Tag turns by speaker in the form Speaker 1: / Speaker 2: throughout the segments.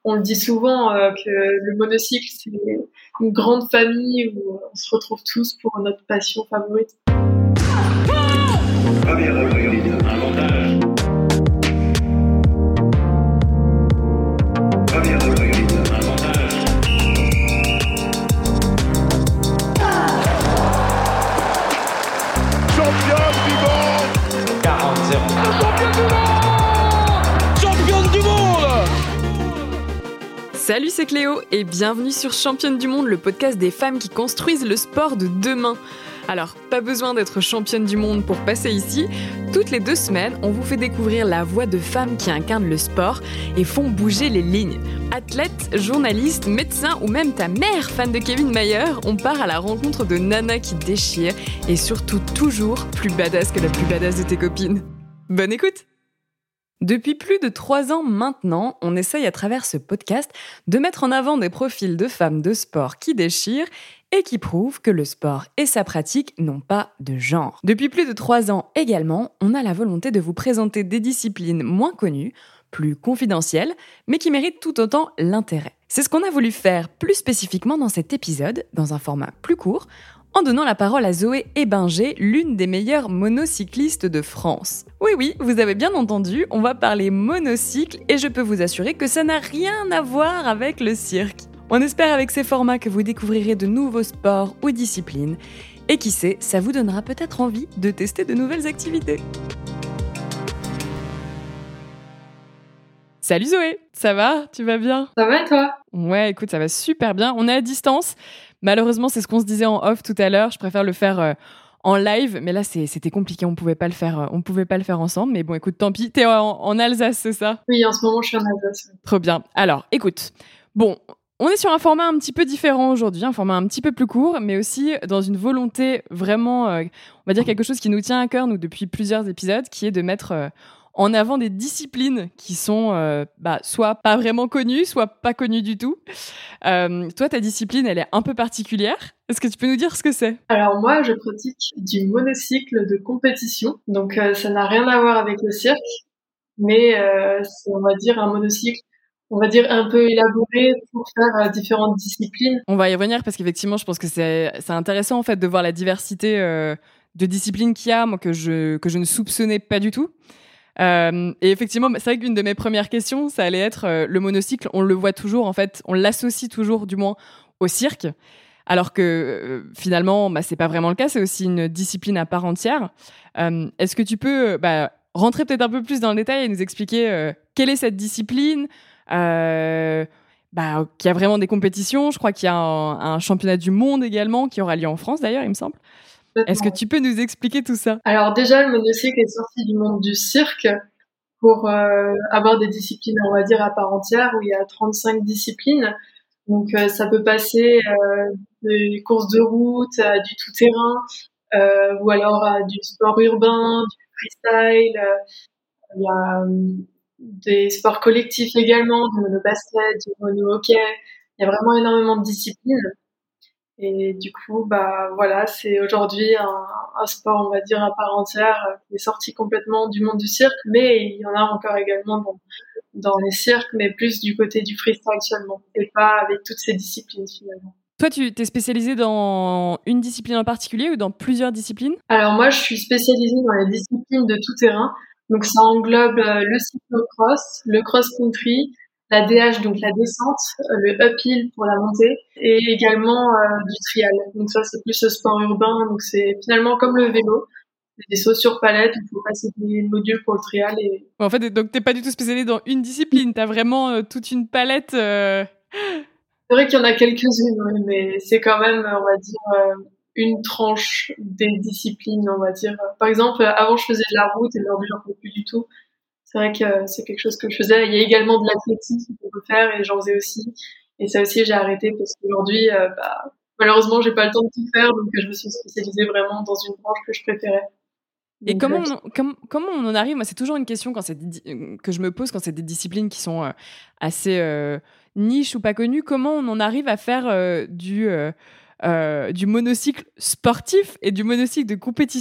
Speaker 1: on le dit souvent que le monocycle, c'est une grande famille où on se retrouve tous pour notre passion favorite.
Speaker 2: Salut, c'est Cléo et bienvenue sur Championne du Monde, le podcast des femmes qui construisent le sport de demain. Alors, pas besoin d'être championne du monde pour passer ici. Toutes les 2 semaines, on vous fait découvrir la voix de femmes qui incarnent le sport et font bouger les lignes. Athlètes, journalistes, médecins ou même ta mère, fan de Kevin Mayer, on part à la rencontre de nanas qui déchirent et surtout toujours plus badass que la plus badass de tes copines. Bonne écoute! Depuis plus de 3 ans maintenant, on essaye à travers ce podcast de mettre en avant des profils de femmes de sport qui déchirent et qui prouvent que le sport et sa pratique n'ont pas de genre. Depuis plus de 3 ans également, on a la volonté de vous présenter des disciplines moins connues, plus confidentielles, mais qui méritent tout autant l'intérêt. C'est ce qu'on a voulu faire plus spécifiquement dans cet épisode, dans un format plus court, en donnant la parole à Zoé Ebinger, l'une des meilleures monocyclistes de France. Oui, vous avez bien entendu, on va parler monocycle et je peux vous assurer que ça n'a rien à voir avec le cirque. On espère avec ces formats que vous découvrirez de nouveaux sports ou disciplines et qui sait, ça vous donnera peut-être envie de tester de nouvelles activités. Salut Zoé, ça va? Tu vas bien?
Speaker 1: Ça va et toi?
Speaker 2: Ouais, écoute, ça va super bien. On est à distance. Malheureusement, c'est ce qu'on se disait en off tout à l'heure. Je préfère le faire en live, mais là, c'était compliqué. On pouvait pas le faire ensemble. Mais bon, écoute, tant pis. T'es en Alsace, c'est ça?
Speaker 1: Oui, en ce moment, je suis en Alsace.
Speaker 2: Trop bien. Alors, écoute. Bon, on est sur un format un petit peu différent aujourd'hui, un format un petit peu plus court, mais aussi dans une volonté vraiment, on va dire quelque chose qui nous tient à cœur, nous, depuis plusieurs épisodes, qui est de mettre en avant des disciplines qui sont soit pas vraiment connues, soit pas connues du tout. Toi, ta discipline, elle est un peu particulière. Est-ce que tu peux nous dire ce que c'est?
Speaker 1: Alors moi, je pratique du monocycle de compétition. Donc ça n'a rien à voir avec le cirque, mais c'est, on va dire, un monocycle, on va dire, un peu élaboré pour faire différentes disciplines.
Speaker 2: On va y revenir parce qu'effectivement, je pense que c'est intéressant en fait de voir la diversité de disciplines qu'il y a, moi, que je ne soupçonnais pas du tout. Et effectivement, c'est vrai qu'une de mes premières questions, ça allait être le monocycle. On le voit toujours, en fait, on l'associe toujours, du moins, au cirque, alors que finalement, c'est pas vraiment le cas. C'est aussi une discipline à part entière. Est-ce que tu peux rentrer peut-être un peu plus dans le détail et nous expliquer quelle est cette discipline, qu'il y a vraiment des compétitions. Je crois qu'il y a un championnat du monde également qui aura lieu en France, d'ailleurs, il me semble. Est-ce que tu peux nous expliquer tout ça?
Speaker 1: Alors déjà, le monocycle est sorti du monde du cirque pour avoir des disciplines, on va dire, à part entière, où il y a 35 disciplines. Donc ça peut passer des courses de route à du tout-terrain, ou alors à du sport urbain, du freestyle. Il y a des sports collectifs également, du mono-basket, du mono-hockey. Il y a vraiment énormément de disciplines. Et du coup, voilà, c'est aujourd'hui un sport, on va dire, à part entière, qui est sorti complètement du monde du cirque, mais il y en a encore également dans les cirques, mais plus du côté du freestyle seulement, et pas avec toutes ces disciplines finalement.
Speaker 2: Toi, tu t'es spécialisée dans une discipline en particulier ou dans plusieurs disciplines?
Speaker 1: Alors moi, je suis spécialisée dans les disciplines de tout terrain, donc ça englobe le cyclocross, le cross-country, la DH, donc la descente, le uphill pour la montée, et également du trial. Donc ça, c'est plus le sport urbain, donc c'est finalement comme le vélo, des sauts sur palette, il faut passer des modules pour le trial. Et...
Speaker 2: En fait, donc t'es pas du tout spécialisée dans une discipline, t'as vraiment toute une palette.
Speaker 1: C'est vrai qu'il y en a quelques-unes, oui, mais c'est quand même, on va dire, une tranche des disciplines, on va dire. Par exemple, avant, je faisais de la route et aujourd'hui, j'en fais plus du tout. C'est vrai que c'est quelque chose que je faisais. Il y a également de l'athlétisme qu'on peut faire et j'en faisais aussi. Et ça aussi, j'ai arrêté parce qu'aujourd'hui, malheureusement, j'ai pas le temps de tout faire, donc je me suis spécialisée vraiment dans une branche que je préférais.
Speaker 2: Et comment on en arrive? Moi, c'est toujours une question que je me pose quand c'est des disciplines qui sont assez niches ou pas connues. Comment on en arrive à faire du monocycle sportif et du monocycle de compétition?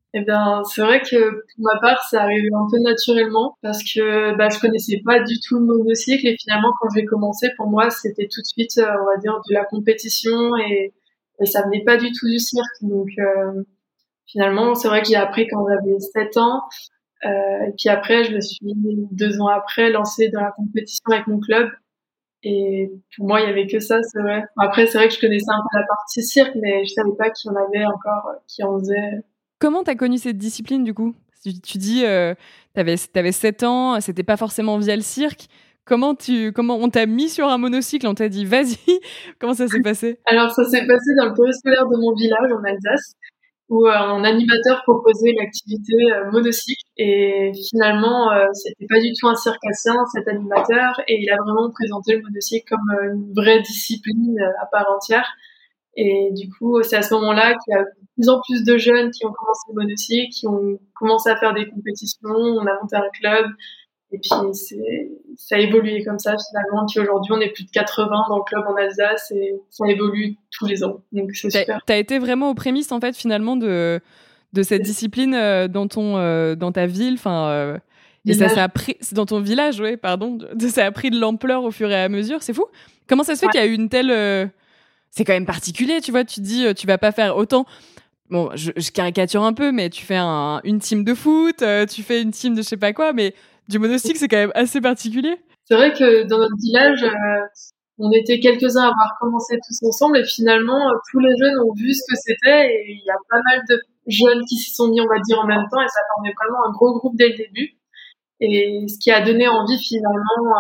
Speaker 1: Eh bien, c'est vrai que pour ma part, ça arrivé un peu naturellement parce que je connaissais pas du tout le monocycle et finalement, quand j'ai commencé, pour moi, c'était tout de suite, on va dire, de la compétition et ça venait pas du tout du cirque. Donc, finalement, c'est vrai que j'ai appris quand j'avais 7 ans. Et puis après, je me suis 2 ans après lancée dans la compétition avec mon club. Et pour moi, il y avait que ça, c'est vrai. Après, c'est vrai que je connaissais un peu la partie cirque, mais je savais pas qu'il y en avait encore qui en faisaient.
Speaker 2: Comment t'as connu cette discipline du coup? Tu dis, t'avais 7 ans, c'était pas forcément via le cirque. Comment on t'a mis sur un monocycle, on t'a dit vas-y, comment ça s'est passé?
Speaker 1: Alors, ça s'est passé dans le périscolaire de mon village en Alsace, où un animateur proposait l'activité monocycle. Et finalement, c'était pas du tout un circassien, cet animateur, et il a vraiment présenté le monocycle comme une vraie discipline à part entière. Et du coup, c'est à ce moment-là qu'il y a de plus en plus de jeunes qui ont commencé le monocycle, qui ont commencé à faire des compétitions, on a monté un club, et puis ça a évolué comme ça finalement, puis aujourd'hui on est plus de 80 dans le club en Alsace, et ça évolue tous les ans, donc c'est super.
Speaker 2: T'as été vraiment aux prémices en fait finalement de cette discipline dans ta ville, et ça a pris dans ton village, ouais, pardon, ça a pris de l'ampleur au fur et à mesure, c'est fou. Comment ça se fait qu'il y a eu une telle c'est quand même particulier, tu vois, tu te dis tu vas pas faire autant. Bon, je caricature un peu, mais tu fais une team de foot, tu fais une team de je sais pas quoi, mais du monocycle, c'est quand même assez particulier.
Speaker 1: C'est vrai que dans notre village, on était quelques-uns à avoir commencé tous ensemble, et finalement tous les jeunes ont vu ce que c'était, et il y a pas mal de jeunes qui s'y sont mis, on va dire, en même temps, et ça formait vraiment un gros groupe dès le début. Et ce qui a donné envie finalement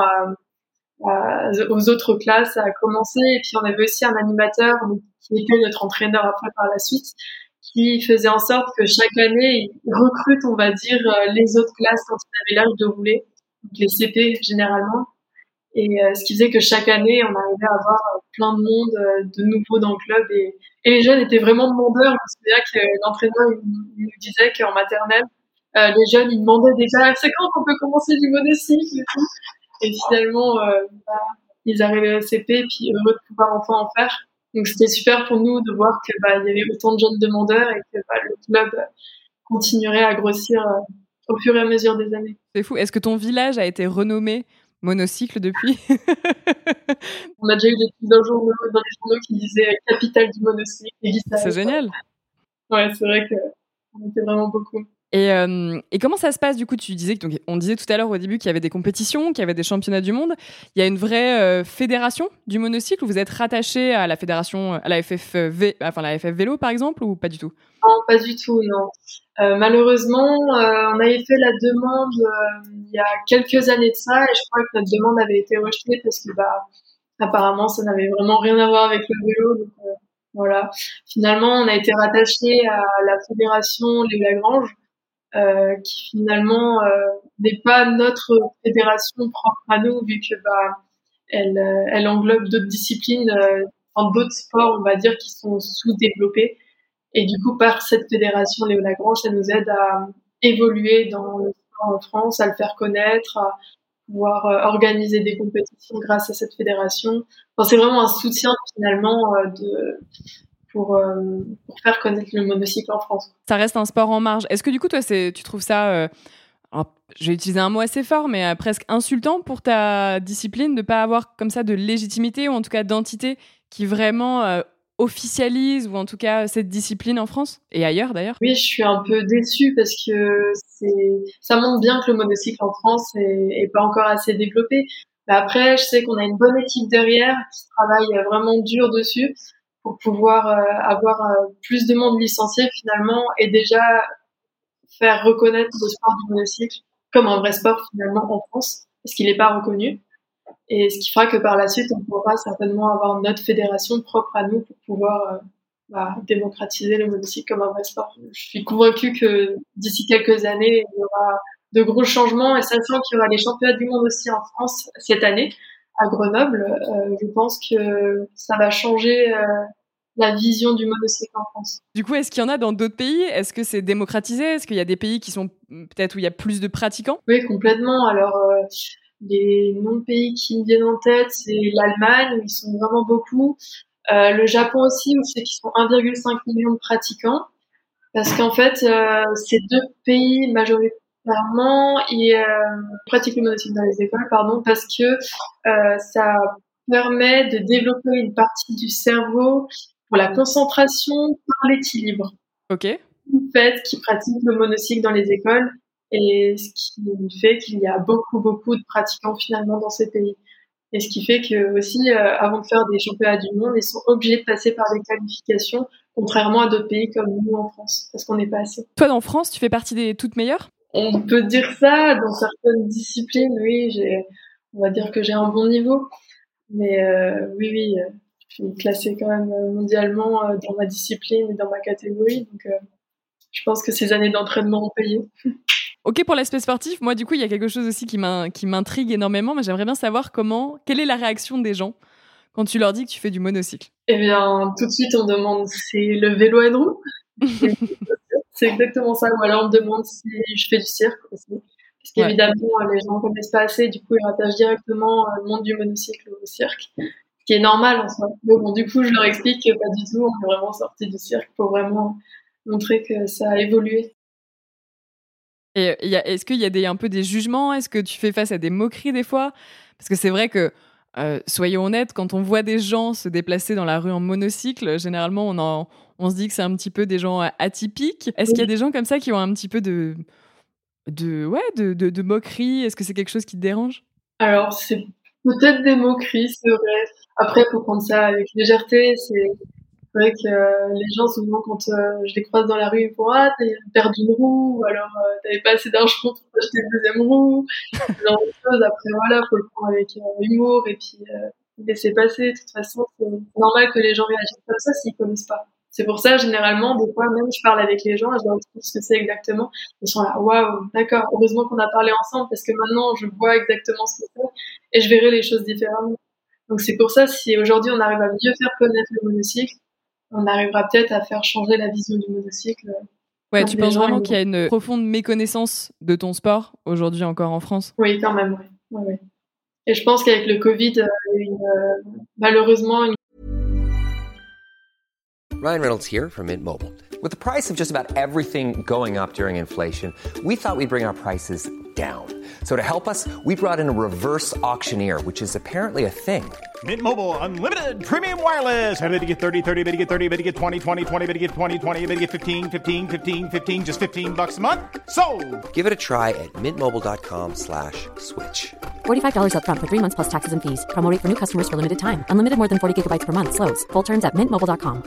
Speaker 1: aux autres classes à commencer. Et puis on avait aussi un animateur qui était notre entraîneur après par la suite, qui faisait en sorte que chaque année, il recrute, on va dire, les autres classes quand ils avaient l'âge de rouler, donc les CP généralement. Et ce qui faisait que chaque année, on arrivait à avoir plein de monde de nouveau dans le club. Et les jeunes étaient vraiment demandeurs. Je me souviens que l'entraîneur il nous disait qu'en maternelle, les jeunes, ils demandaient déjà c'est quand qu'on peut commencer du monocycle et tout. Et finalement, ils arrivaient au CP, puis heureux de pouvoir enfin en faire. Donc c'était super pour nous de voir que il y avait autant de jeunes demandeurs et que le club continuerait à grossir au fur et à mesure des années.
Speaker 2: C'est fou. Est-ce que ton village a été renommé monocycle depuis?
Speaker 1: On a déjà eu des trucs dans les journaux qui disaient capitale du monocycle.
Speaker 2: C'est génial.
Speaker 1: Ouais, c'est vrai qu'on était vraiment beaucoup.
Speaker 2: Et comment ça se passe du coup? Tu disais donc on disait tout à l'heure au début qu'il y avait des compétitions, qu'il y avait des championnats du monde. Il y a une vraie fédération du monocycle où vous êtes rattaché à la fédération, à la FFV, enfin la FF Vélo par exemple, ou pas du tout?
Speaker 1: Non, pas du tout, non. Malheureusement, on avait fait la demande il y a quelques années de ça, et je crois que notre demande avait été rejetée parce que apparemment ça n'avait vraiment rien à voir avec le vélo. Donc, voilà. Finalement, on a été rattaché à la fédération Léo Lagrange, qui finalement n'est pas notre fédération propre à nous, vu que elle englobe d'autres disciplines, enfin d'autres sports, on va dire, qui sont sous-développés. Et du coup, par cette fédération Léo Lagrange, ça nous aide à évoluer dans le sport en France, à le faire connaître, à pouvoir organiser des compétitions grâce à cette fédération. Enfin, c'est vraiment un soutien finalement pour faire connaître le monocycle en France.
Speaker 2: Ça reste un sport en marge. Est-ce que du coup, toi, tu trouves ça, alors, je vais utiliser un mot assez fort, mais presque insultant pour ta discipline de ne pas avoir comme ça de légitimité ou en tout cas d'entité qui vraiment officialise ou en tout cas cette discipline en France et ailleurs d'ailleurs?
Speaker 1: Oui, je suis un peu déçue parce que ça montre bien que le monocycle en France est pas encore assez développé. Mais après, je sais qu'on a une bonne équipe derrière qui travaille vraiment dur dessus pour pouvoir avoir plus de monde licencié finalement, et déjà faire reconnaître le sport du monocycle comme un vrai sport finalement en France, parce qu'il n'est pas reconnu. Et ce qui fera que par la suite, on pourra certainement avoir notre fédération propre à nous pour pouvoir démocratiser le monocycle comme un vrai sport. Je suis convaincue que d'ici quelques années, il y aura de gros changements, et sachant qu'il y aura les championnats du monde aussi en France cette année à Grenoble, je pense que ça va changer la vision du monocycle en France.
Speaker 2: Du coup, est-ce qu'il y en a dans d'autres pays? Est-ce que c'est démocratisé? Est-ce qu'il y a des pays qui sont peut-être où il y a plus de pratiquants?
Speaker 1: Oui, complètement. Alors, les noms de pays qui me viennent en tête, c'est l'Allemagne, où ils sont vraiment beaucoup. Le Japon aussi, où c'est qu'ils sont 1,5 million de pratiquants. Parce qu'en fait, ces deux pays majoritairement ils pratiquent le monocycle dans les écoles, pardon, parce que ça permet de développer une partie du cerveau pour la concentration par l'équilibre.
Speaker 2: Ok.
Speaker 1: En fait, qui pratiquent le monocycle dans les écoles et ce qui fait qu'il y a beaucoup de pratiquants finalement dans ces pays. Et ce qui fait que aussi, avant de faire des championnats du monde, ils sont obligés de passer par des qualifications, contrairement à d'autres pays comme nous en France, parce qu'on n'est pas assez.
Speaker 2: Toi, en France, tu fais partie des toutes meilleures?
Speaker 1: On peut dire ça dans certaines disciplines, oui, on va dire que j'ai un bon niveau. Mais oui, je suis classée quand même mondialement dans ma discipline et dans ma catégorie. Donc, je pense que ces années d'entraînement ont payé.
Speaker 2: Ok, pour l'aspect sportif, moi, du coup, il y a quelque chose aussi qui m'intrigue énormément, mais j'aimerais bien savoir quelle est la réaction des gens quand tu leur dis que tu fais du monocycle.
Speaker 1: Eh bien, tout de suite, on demande c'est le vélo à une roue. C'est exactement ça. Ou alors, on me demande si je fais du cirque aussi. Parce qu'évidemment, les gens ne connaissent pas assez. Du coup, ils rattachent directement le monde du monocycle au cirque. Ce qui est normal en soi. Mais bon, du coup, je leur explique que pas du tout. On est vraiment sorti du cirque pour vraiment montrer que ça a évolué.
Speaker 2: Et est-ce qu'il y a un peu des jugements? Est-ce que tu fais face à des moqueries des fois? Parce que c'est vrai que, soyons honnêtes, quand on voit des gens se déplacer dans la rue en monocycle, généralement, on se dit que c'est un petit peu des gens atypiques. Est-ce qu'il y a des gens comme ça qui ont un petit peu de moqueries? Est-ce que c'est quelque chose qui te dérange?
Speaker 1: Alors, c'est peut-être des moqueries, c'est vrai. Après, faut prendre ça avec légèreté. C'est vrai que les gens, souvent, quand je les croise dans la rue, ils me font «Ah, t'as perdu une roue» ou alors «T'avais pas assez d'argent pour acheter une deuxième roue», ce genre de choses. Après, voilà, faut le prendre avec humour et puis laisser passer. De toute façon, c'est normal que les gens réagissent comme ça s'ils connaissent pas. C'est pour ça, généralement, des fois, même, je parle avec les gens et je leur explique ce que c'est exactement. Ils sont là, waouh, d'accord, heureusement qu'on a parlé ensemble parce que maintenant, je vois exactement ce que c'est et je verrai les choses différemment. Donc, c'est pour ça, si aujourd'hui on arrive à mieux faire connaître le monocycle, on arrivera peut-être à faire changer la vision du monocycle.
Speaker 2: Ouais, tu penses
Speaker 1: gens,
Speaker 2: vraiment qu'il y a une profonde méconnaissance de ton sport aujourd'hui encore en France?
Speaker 1: Oui, quand même, oui. Ouais, ouais. Et je pense qu'avec le Covid, il y a eu malheureusement une...
Speaker 3: Ryan Reynolds here from Mint Mobile. With the price of just about everything going up during inflation, we thought we'd bring our prices down. So to help us, we brought in a reverse auctioneer, which is apparently a thing.
Speaker 4: Mint Mobile Unlimited Premium Wireless. How to get 30, 30, bit to get 30, bit to get 20, 20, 20, bit to get 20, 20, bit to get 15, 15, 15, 15, just $15 a month? Sold!
Speaker 3: Give it a try at mintmobile.com/switch.
Speaker 5: $45 up front for 3 months plus taxes and fees. Promo rate for new customers for limited time. Unlimited more than 40 gigabytes per month. Slows full terms at mintmobile.com.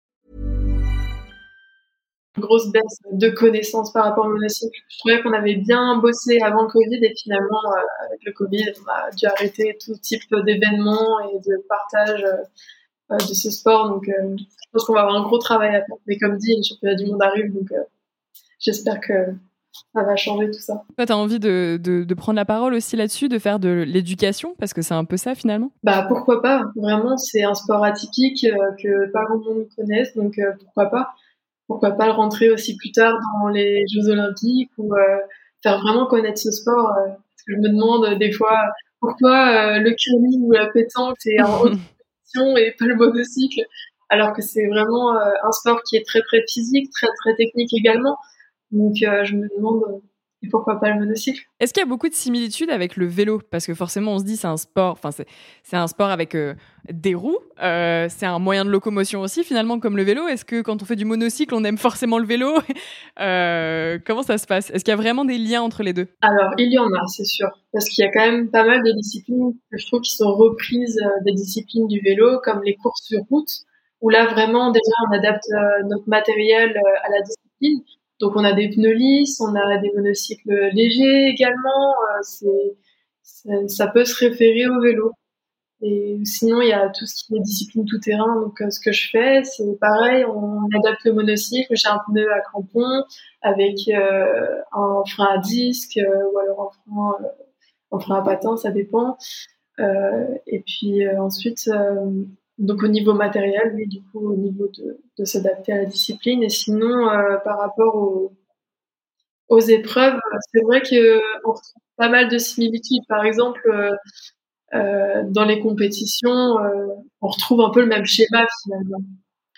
Speaker 1: Grosse baisse de connaissances par rapport au monocycle. Je trouvais qu'on avait bien bossé avant le Covid et finalement, avec le Covid, on a dû arrêter tout type d'événements et de partage de ce sport. Donc, je pense qu'on va avoir un gros travail à faire. Mais comme dit, le championnat du monde arrive, donc j'espère que ça va changer tout ça.
Speaker 2: Toi, tu as envie de prendre la parole aussi là-dessus, de faire de l'éducation, parce que c'est un peu ça finalement?
Speaker 1: Bah pourquoi pas, vraiment, c'est un sport atypique que pas grand monde connaisse, donc pourquoi pas. Pourquoi pas le rentrer aussi plus tard dans les Jeux Olympiques ou faire vraiment connaître ce sport. Parce que je me demande des fois pourquoi le curling ou la pétanque c'est en haute compétition et pas le monocycle, alors que c'est vraiment un sport qui est très très physique, très très technique également. Donc je me demande et pourquoi pas le monocycle.
Speaker 2: Est-ce qu'il y a beaucoup de similitudes avec le vélo? Parce que forcément, on se dit c'est un sport, enfin c'est un sport avec des roues, c'est un moyen de locomotion aussi finalement comme le vélo. Est-ce que quand on fait du monocycle, on aime forcément le vélo? Comment ça se passe? Est-ce qu'il y a vraiment des liens entre les deux?
Speaker 1: Alors, il y en a, c'est sûr. Parce qu'il y a quand même pas mal de disciplines que je trouve qui sont reprises des disciplines du vélo, comme les courses sur route, où là, vraiment, déjà, on adapte notre matériel à la discipline. Donc, on a des pneus lisses, on a des monocycles légers également. Ça peut se référer au vélo. Et sinon, il y a tout ce qui est discipline tout-terrain. Donc, ce que je fais, c'est pareil, on adapte le monocycle. J'ai un pneu à crampons avec un frein à disque ou alors un frein à patins, ça dépend. Et puis ensuite, donc au niveau matériel, oui, du coup, au niveau de s'adapter à la discipline. Et sinon, par rapport aux épreuves, c'est vrai qu'on retrouve pas mal de similitudes. Par exemple, dans les compétitions, on retrouve un peu le même schéma finalement.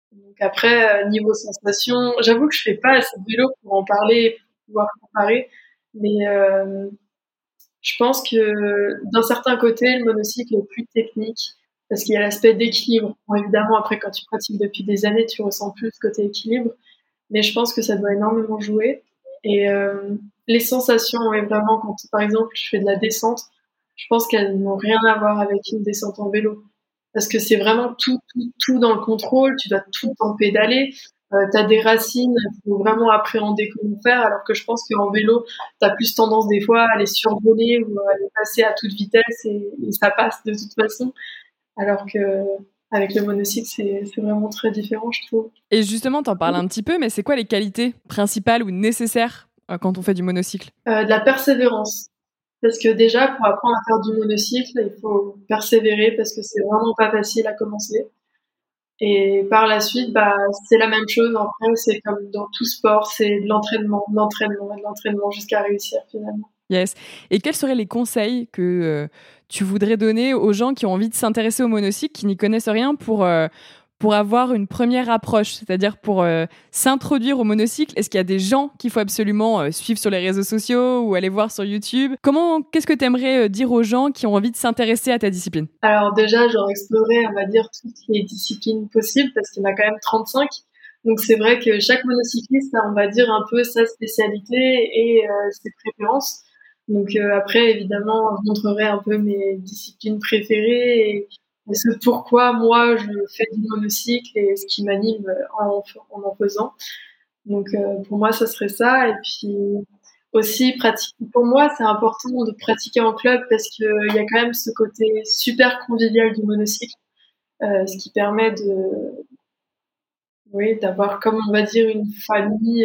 Speaker 1: Donc après, niveau sensation, j'avoue que je fais pas assez de vélo pour en parler, pour pouvoir comparer, mais je pense que d'un certain côté, le monocycle est plus technique parce qu'il y a l'aspect d'équilibre. Bon, évidemment, après, quand tu pratiques depuis des années, tu ressens plus ce côté équilibre, mais je pense que ça doit énormément jouer. Et les sensations, ouais, vraiment, quand par exemple je fais de la descente, je pense qu'elles n'ont rien à voir avec une descente en vélo. Parce que c'est vraiment tout dans le contrôle, tu dois tout le temps pédaler, t'as des racines, il faut vraiment appréhender comment faire, alors que je pense qu'en vélo, t'as plus tendance des fois à les survoler ou à les passer à toute vitesse et ça passe de toute façon. Alors que avec le monocycle, c'est vraiment très différent, je trouve.
Speaker 2: Et justement, t'en parles un petit peu, mais c'est quoi les qualités principales ou nécessaires quand on fait du monocycle?
Speaker 1: De la persévérance. Parce que déjà, pour apprendre à faire du monocycle, il faut persévérer parce que c'est vraiment pas facile à commencer. Et par la suite, bah, c'est la même chose. Après, c'est comme dans tout sport, c'est de l'entraînement, de l'entraînement et de l'entraînement jusqu'à réussir finalement.
Speaker 2: Yes. Et quels seraient les conseils que tu voudrais donner aux gens qui ont envie de s'intéresser au monocycle, qui n'y connaissent rien, pour avoir une première approche, c'est-à-dire pour s'introduire au monocycle? Est-ce qu'il y a des gens qu'il faut absolument suivre sur les réseaux sociaux ou aller voir sur YouTube? Qu'est-ce que tu aimerais dire aux gens qui ont envie de s'intéresser à ta discipline?
Speaker 1: Alors déjà, j'aurais exploré, on va dire, toutes les disciplines possibles parce qu'il y en a quand même 35. Donc c'est vrai que chaque monocycliste a, on va dire, un peu sa spécialité et ses préférences. Donc après, évidemment, je montrerai un peu mes disciplines préférées et ce pourquoi moi je fais du monocycle et ce qui m'anime en faisant. Donc pour moi, ça serait ça. Et puis aussi, pour moi, c'est important de pratiquer en club parce qu'il y a quand même ce côté super convivial du monocycle, ce qui permet oui, d'avoir, comme on va dire, une famille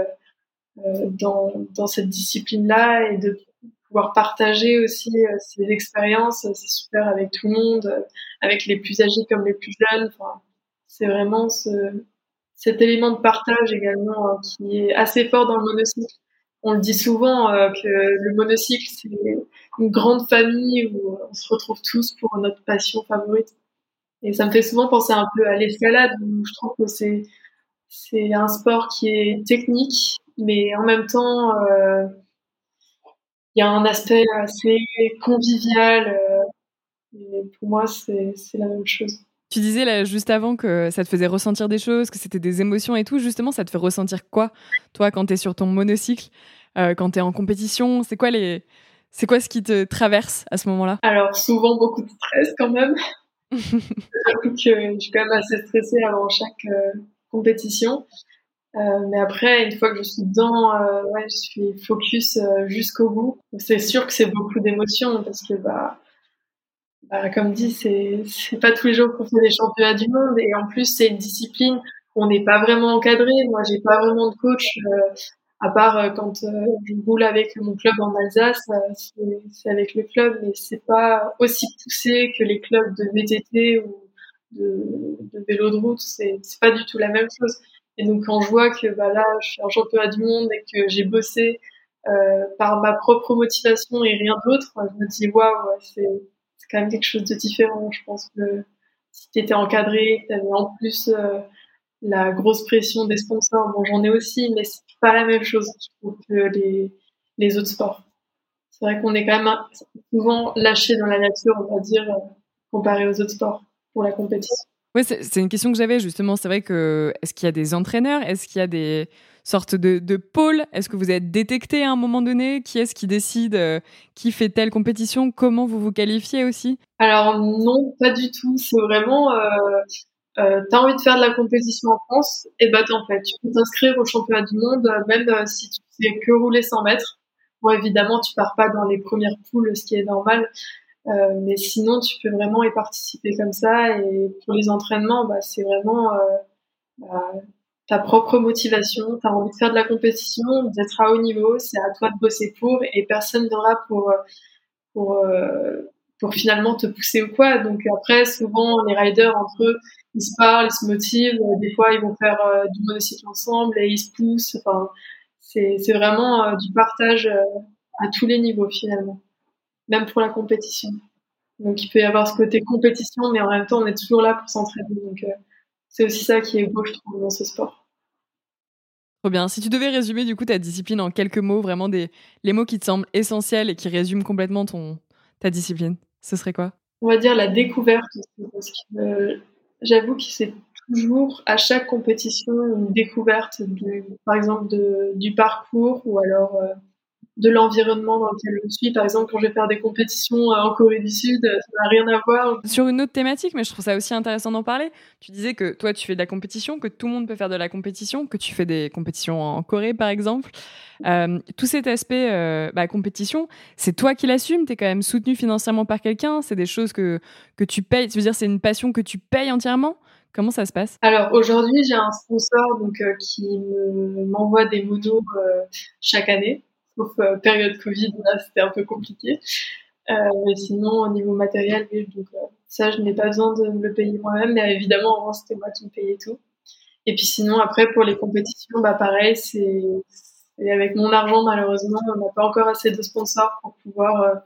Speaker 1: dans cette discipline-là et de pouvoir partager aussi ses expériences. C'est super avec tout le monde, avec les plus âgés comme les plus jeunes. Enfin, c'est vraiment cet élément de partage également qui est assez fort dans le monocycle. On le dit souvent que le monocycle, c'est une grande famille où on se retrouve tous pour notre passion favorite. Et ça me fait souvent penser un peu à l'escalade où je trouve que c'est un sport qui est technique, mais en même temps, il y a un aspect assez convivial. Et pour moi, c'est la même chose.
Speaker 2: Tu disais là juste avant que ça te faisait ressentir des choses, que c'était des émotions et tout. Justement, ça te fait ressentir quoi, toi, quand t'es sur ton monocycle, quand t'es en compétition? C'est quoi ce qui te traverse à ce moment-là?
Speaker 1: Alors souvent beaucoup de stress quand même. J'avoue que je suis quand même assez stressée avant chaque compétition. Mais après, une fois que je suis dedans, ouais, je suis focus jusqu'au bout. C'est sûr que c'est beaucoup d'émotions parce que comme dit, c'est pas tous les jours qu'on fait des championnats du monde et en plus c'est une discipline où on n'est pas vraiment encadré. Moi, j'ai pas vraiment de coach à part quand je roule avec mon club en Alsace, c'est avec le club, mais c'est pas aussi poussé que les clubs de VTT ou de vélo de route. C'est pas du tout la même chose. Et donc quand je vois que là, je suis en championnat du monde et que j'ai bossé par ma propre motivation et rien d'autre, je me dis waouh, ouais, c'est quand même quelque chose de différent. Je pense que si tu étais encadré, que tu avais en plus la grosse pression des sponsors, bon j'en ai aussi, mais c'est pas la même chose je trouve que les autres sports. C'est vrai qu'on est quand même souvent lâché dans la nature, on va dire, comparé aux autres sports pour la compétition.
Speaker 2: Oui, c'est une question que j'avais justement. C'est vrai que est-ce qu'il y a des entraîneurs? Est-ce qu'il y a des sortes de pôles? Est-ce que vous êtes détecté à un moment donné? Qui est-ce qui décide qui fait telle compétition? Comment vous vous qualifiez aussi?
Speaker 1: Alors non, pas du tout. C'est vraiment, t'as envie de faire de la compétition en France, et t'en fais. Tu peux t'inscrire au championnat du monde, même si tu fais que rouler 100 mètres. Bon, évidemment, tu pars pas dans les premières poules, ce qui est normal. Mais sinon, tu peux vraiment y participer comme ça. Et pour les entraînements, c'est vraiment bah, ta propre motivation. Tu as envie de faire de la compétition, d'être à haut niveau. C'est à toi de bosser pour, et personne viendra pour, euh, pour finalement te pousser ou quoi. Donc après, souvent, les riders entre eux, ils se parlent, ils se motivent. Des fois, ils vont faire du monocycle ensemble et ils se poussent. Enfin, c'est vraiment du partage à tous les niveaux finalement, même pour la compétition. Donc il peut y avoir ce côté compétition, mais en même temps on est toujours là pour s'entraîner. Donc c'est aussi ça qui est beau, je trouve, dans ce sport.
Speaker 2: Trop bien. Si tu devais résumer du coup ta discipline en quelques mots, vraiment les mots qui te semblent essentiels et qui résument complètement ta discipline, ce serait quoi?
Speaker 1: On va dire la découverte aussi, parce que j'avoue que c'est toujours à chaque compétition une découverte par exemple du parcours ou alors de l'environnement dans lequel je suis. Par exemple, quand je vais faire des compétitions en Corée du Sud, ça n'a rien à voir.
Speaker 2: Sur une autre thématique, mais je trouve ça aussi intéressant d'en parler. Tu disais que toi, tu fais de la compétition, que tout le monde peut faire de la compétition, que tu fais des compétitions en Corée, par exemple. Tout cet aspect compétition, c'est toi qui l'assumes. Tu es quand même soutenu financièrement par quelqu'un. C'est des choses que tu payes. Tu veux dire, c'est une passion que tu payes entièrement? Comment ça se passe?
Speaker 1: Alors aujourd'hui, j'ai un sponsor qui m'envoie des monos chaque année. Sauf période Covid, là, c'était un peu compliqué. Mais sinon, au niveau matériel, oui, ça, je n'ai pas besoin de me le payer moi-même. Mais évidemment, avant, c'était moi qui me payais tout. Et puis sinon, après, pour les compétitions, pareil, c'est avec mon argent, malheureusement, on n'a pas encore assez de sponsors pour pouvoir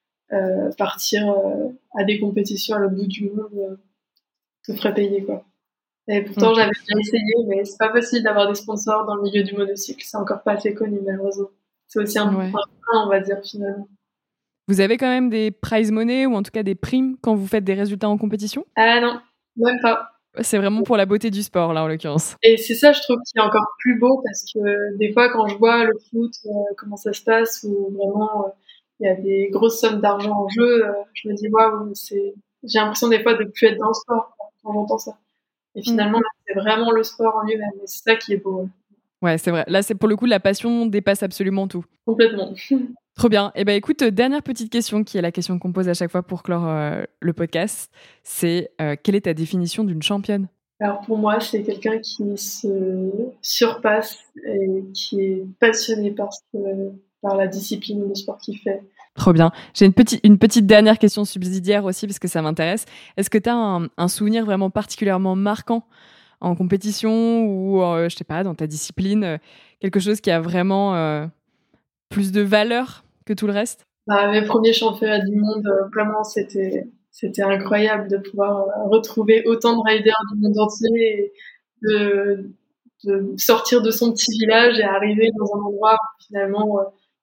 Speaker 1: partir à des compétitions à l'autre bout du monde. Se ferait payer, quoi. Et pourtant, j'avais déjà essayé, mais c'est pas possible d'avoir des sponsors dans le milieu du monocycle. C'est encore pas assez connu, malheureusement. C'est aussi un frein, on va dire, finalement.
Speaker 2: Vous avez quand même des prize money ou en tout cas des primes quand vous faites des résultats en compétition?
Speaker 1: Ah non, même pas.
Speaker 2: C'est vraiment pour la beauté du sport, là, en l'occurrence.
Speaker 1: Et c'est ça, je trouve, qui est encore plus beau parce que des fois, quand je vois le foot, comment ça se passe, où vraiment il y a des grosses sommes d'argent en jeu, je me dis, waouh, j'ai l'impression des fois de plus être dans le sport quand j'entends ça. Et finalement, là, c'est vraiment le sport en lui-même. Et c'est ça qui est beau.
Speaker 2: Ouais, c'est vrai. Là, c'est pour le coup, la passion dépasse absolument tout.
Speaker 1: Complètement.
Speaker 2: Trop bien. Eh ben, écoute, dernière petite question, qui est la question qu'on pose à chaque fois pour clore le podcast. C'est quelle est ta définition d'une championne?
Speaker 1: Alors pour moi, c'est quelqu'un qui se surpasse et qui est passionné par la discipline de sport qu'il fait.
Speaker 2: Trop bien. J'ai une petite dernière question subsidiaire aussi, parce que ça m'intéresse. Est-ce que tu as un souvenir vraiment particulièrement marquant en compétition ou, je sais pas, dans ta discipline, quelque chose qui a vraiment plus de valeur que tout le reste?
Speaker 1: Mes premiers championnats du monde, vraiment, c'était incroyable de pouvoir retrouver autant de riders du monde entier et de sortir de son petit village et arriver dans un endroit où finalement,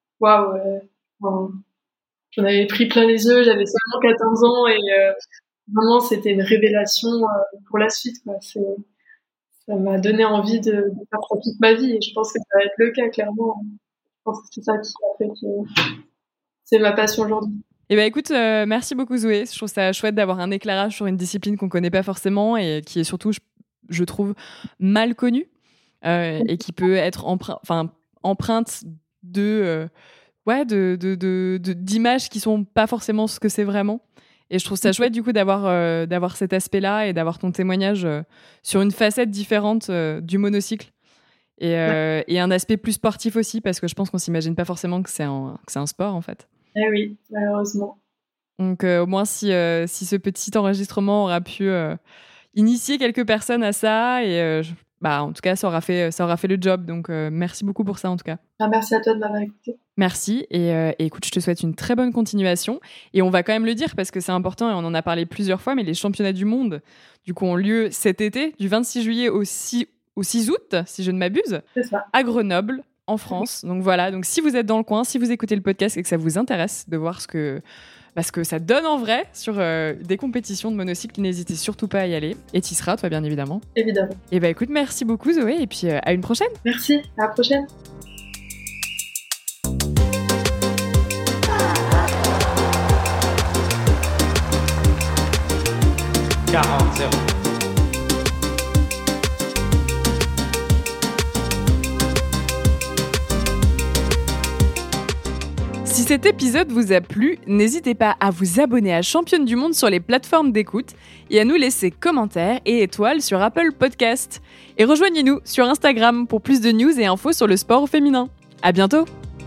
Speaker 1: j'en avais pris plein les yeux, j'avais seulement 14 ans et vraiment, c'était une révélation pour la suite, quoi. Ça m'a donné envie de faire ça toute ma vie et je pense que ça va être le cas, clairement. Je pense que c'est ça qui a fait que c'est ma passion aujourd'hui.
Speaker 2: Eh ben écoute, merci beaucoup Zoé. Je trouve ça chouette d'avoir un éclairage sur une discipline qu'on connaît pas forcément et qui est surtout, je trouve, mal connue et qui peut être empreinte d'images qui sont pas forcément ce que c'est vraiment. Et je trouve ça chouette du coup d'avoir cet aspect-là et d'avoir ton témoignage sur une facette différente du monocycle et un aspect plus sportif aussi, parce que je pense qu'on s'imagine pas forcément que c'est un sport en fait.
Speaker 1: Eh oui, malheureusement.
Speaker 2: Donc au moins si ce petit enregistrement aura pu initier quelques personnes à ça et en tout cas ça aura fait le job. Donc merci beaucoup pour ça en tout cas.
Speaker 1: Merci à toi de m'avoir écouté.
Speaker 2: Merci et écoute, je te souhaite une très bonne continuation et on va quand même le dire parce que c'est important et on en a parlé plusieurs fois, mais les championnats du monde du coup ont lieu cet été du 26 juillet au 6 août si je ne m'abuse.
Speaker 1: C'est ça.
Speaker 2: À Grenoble en France. Donc voilà, donc si vous êtes dans le coin, si vous écoutez le podcast et que ça vous intéresse de voir ce que ça donne en vrai sur des compétitions de monocycle, n'hésitez surtout pas à y aller. Et tu y seras, toi, bien évidemment.
Speaker 1: Évidemment.
Speaker 2: Et écoute, merci beaucoup Zoé, et puis à une prochaine.
Speaker 1: Merci, à la prochaine.
Speaker 2: Si cet épisode vous a plu, n'hésitez pas à vous abonner à Championne du Monde sur les plateformes d'écoute et à nous laisser commentaires et étoiles sur Apple Podcast. Et rejoignez-nous sur Instagram pour plus de news et infos sur le sport féminin. À bientôt!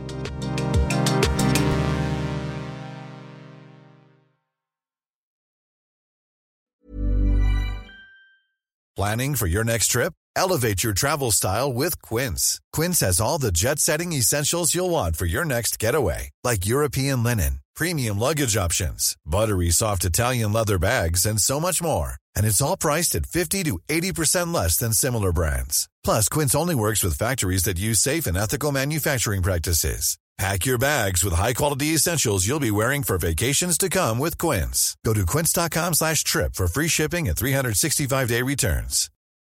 Speaker 6: Planning for your next trip? Elevate your travel style with Quince. Quince has all the jet-setting essentials you'll want for your next getaway, like European linen, premium luggage options, buttery soft Italian leather bags, and so much more. And it's all priced at 50 to 80% less than similar brands. Plus, Quince only works with factories that use safe and ethical manufacturing practices. Pack your bags with high-quality essentials you'll be wearing for vacations to come with Quince. Go to quince.com/trip for free shipping and 365-day returns.